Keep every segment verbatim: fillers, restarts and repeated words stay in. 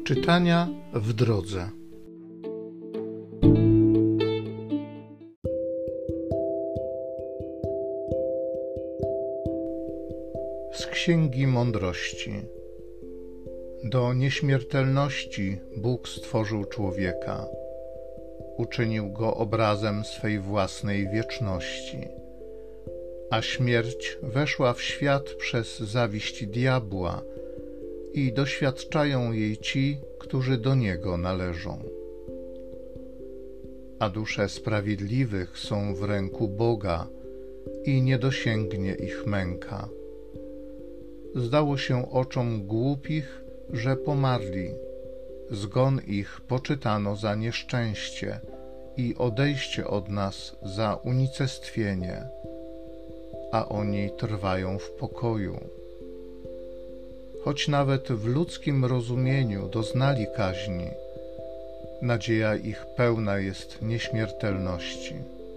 Czytania w drodze. Z Księgi Mądrości. Do nieśmiertelności Bóg stworzył człowieka. Uczynił go obrazem swej własnej wieczności. A śmierć weszła w świat przez zawiść diabła i doświadczają jej ci, którzy do niego należą. A dusze sprawiedliwych są w ręku Boga i nie dosięgnie ich męka. Zdało się oczom głupich, że pomarli. Zgon ich poczytano za nieszczęście i odejście od nas za unicestwienie, a oni trwają w pokoju. Choć nawet w ludzkim rozumieniu doznali kaźni, nadzieja ich pełna jest nieśmiertelności.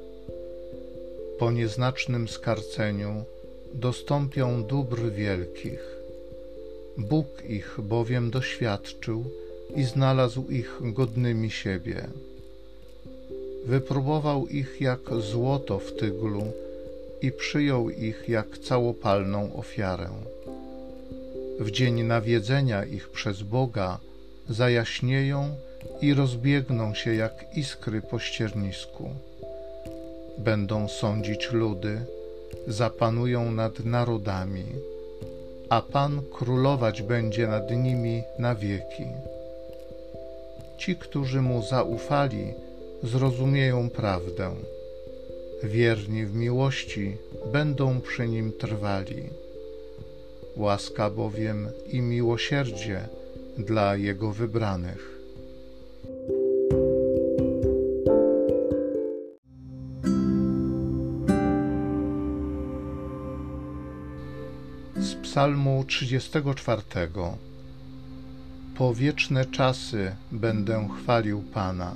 Po nieznacznym skarceniu dostąpią dóbr wielkich. Bóg ich bowiem doświadczył i znalazł ich godnymi siebie. Wypróbował ich jak złoto w tyglu i przyjął ich jak całopalną ofiarę. W dzień nawiedzenia ich przez Boga zajaśnieją i rozbiegną się jak iskry po ściernisku. Będą sądzić ludy, zapanują nad narodami, a Pan królować będzie nad nimi na wieki. Ci, którzy Mu zaufali, zrozumieją prawdę. Wierni w miłości będą przy Nim trwali. Łaska bowiem i miłosierdzie dla Jego wybranych. Z Psalmu trzydziestego czwartego. Po wieczne czasy będę chwalił Pana.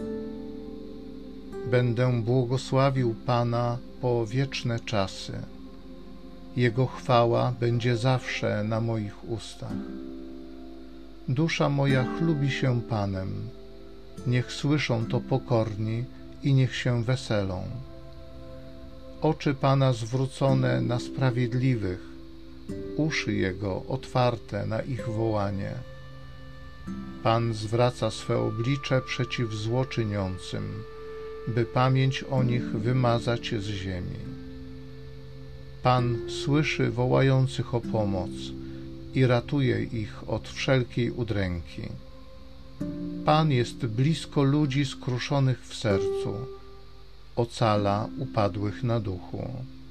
Będę błogosławił Pana po wieczne czasy. Jego chwała będzie zawsze na moich ustach. Dusza moja chlubi się Panem. Niech słyszą to pokorni i niech się weselą. Oczy Pana zwrócone na sprawiedliwych, uszy Jego otwarte na ich wołanie. Pan zwraca swe oblicze przeciw złoczyniącym, by pamięć o nich wymazać z ziemi. Pan słyszy wołających o pomoc i ratuje ich od wszelkiej udręki. Pan jest blisko ludzi skruszonych w sercu, ocala upadłych na duchu.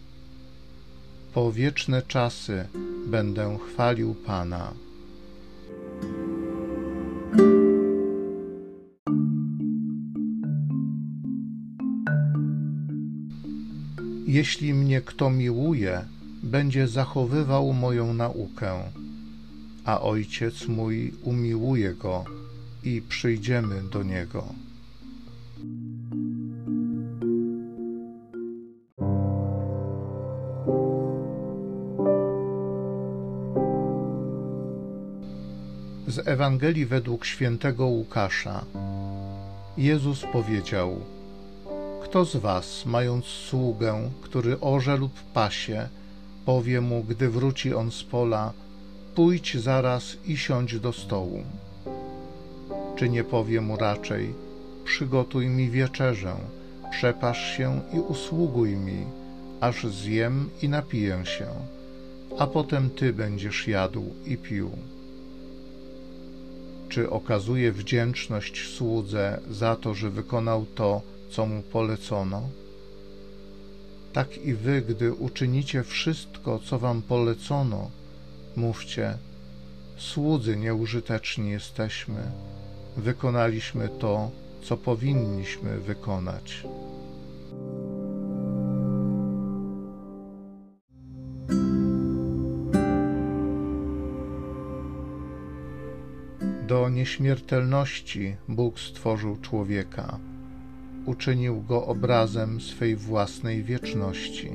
Po wieczne czasy będę chwalił Pana. Jeśli mnie kto miłuje, będzie zachowywał moją naukę, a Ojciec mój umiłuje go i przyjdziemy do niego. Z Ewangelii według świętego Łukasza. Jezus powiedział: Kto z was, mając sługę, który orze lub pasie, powie mu, gdy wróci on z pola: pójdź zaraz i siądź do stołu? Czy nie powie mu raczej: przygotuj mi wieczerzę, przepasz się i usługuj mi, aż zjem i napiję się, a potem ty będziesz jadł i pił? Czy okazuje wdzięczność słudze za to, że wykonał to, co mu polecono? Tak i wy, gdy uczynicie wszystko, co wam polecono, mówcie: słudzy nieużyteczni jesteśmy, wykonaliśmy to, co powinniśmy wykonać. Do nieśmiertelności Bóg stworzył człowieka. Uczynił go obrazem swej własnej wieczności.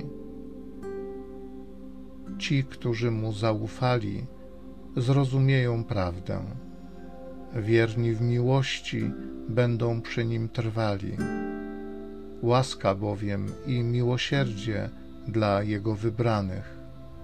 Ci, którzy mu zaufali, zrozumieją prawdę. wierni w miłości będą przy Nim trwali. Łaska bowiem i miłosierdzie dla Jego wybranych.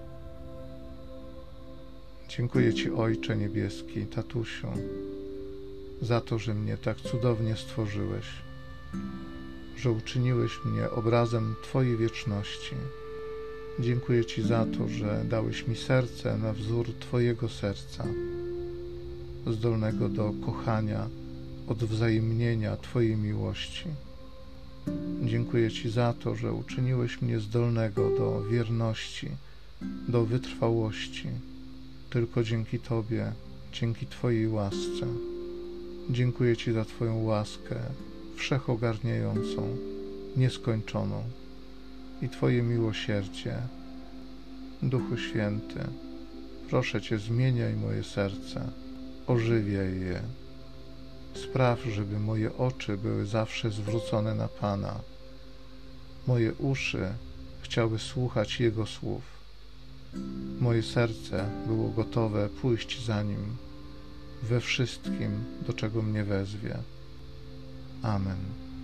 Dziękuję Ci, Ojcze Niebieski, Tatusiu, za to, że mnie tak cudownie stworzyłeś, że uczyniłeś mnie obrazem Twojej wieczności. Dziękuję Ci za to, że dałeś mi serce na wzór Twojego serca, zdolnego do kochania, odwzajemnienia Twojej miłości. Dziękuję Ci za to, że uczyniłeś mnie zdolnego do wierności, do wytrwałości. Tylko dzięki Tobie, dzięki Twojej łasce. Dziękuję Ci za Twoją łaskę wszechogarniającą, nieskończoną i Twoje miłosierdzie. Duchu Święty, proszę Cię, zmieniaj moje serce, ożywiaj je. Spraw, żeby moje oczy były zawsze zwrócone na Pana. Moje uszy chciały słuchać Jego słów. Moje serce było gotowe pójść za Nim we wszystkim, do czego mnie wezwie. Amen.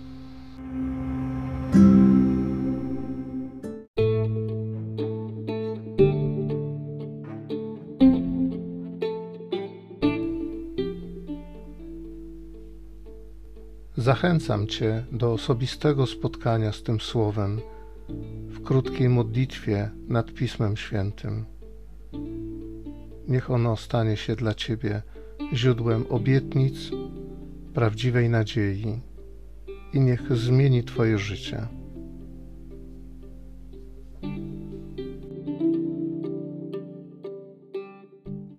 Zachęcam Cię do osobistego spotkania z tym Słowem w krótkiej modlitwie nad Pismem Świętym. Niech ono stanie się dla Ciebie źródłem obietnic, prawdziwej nadziei i niech zmieni Twoje życie.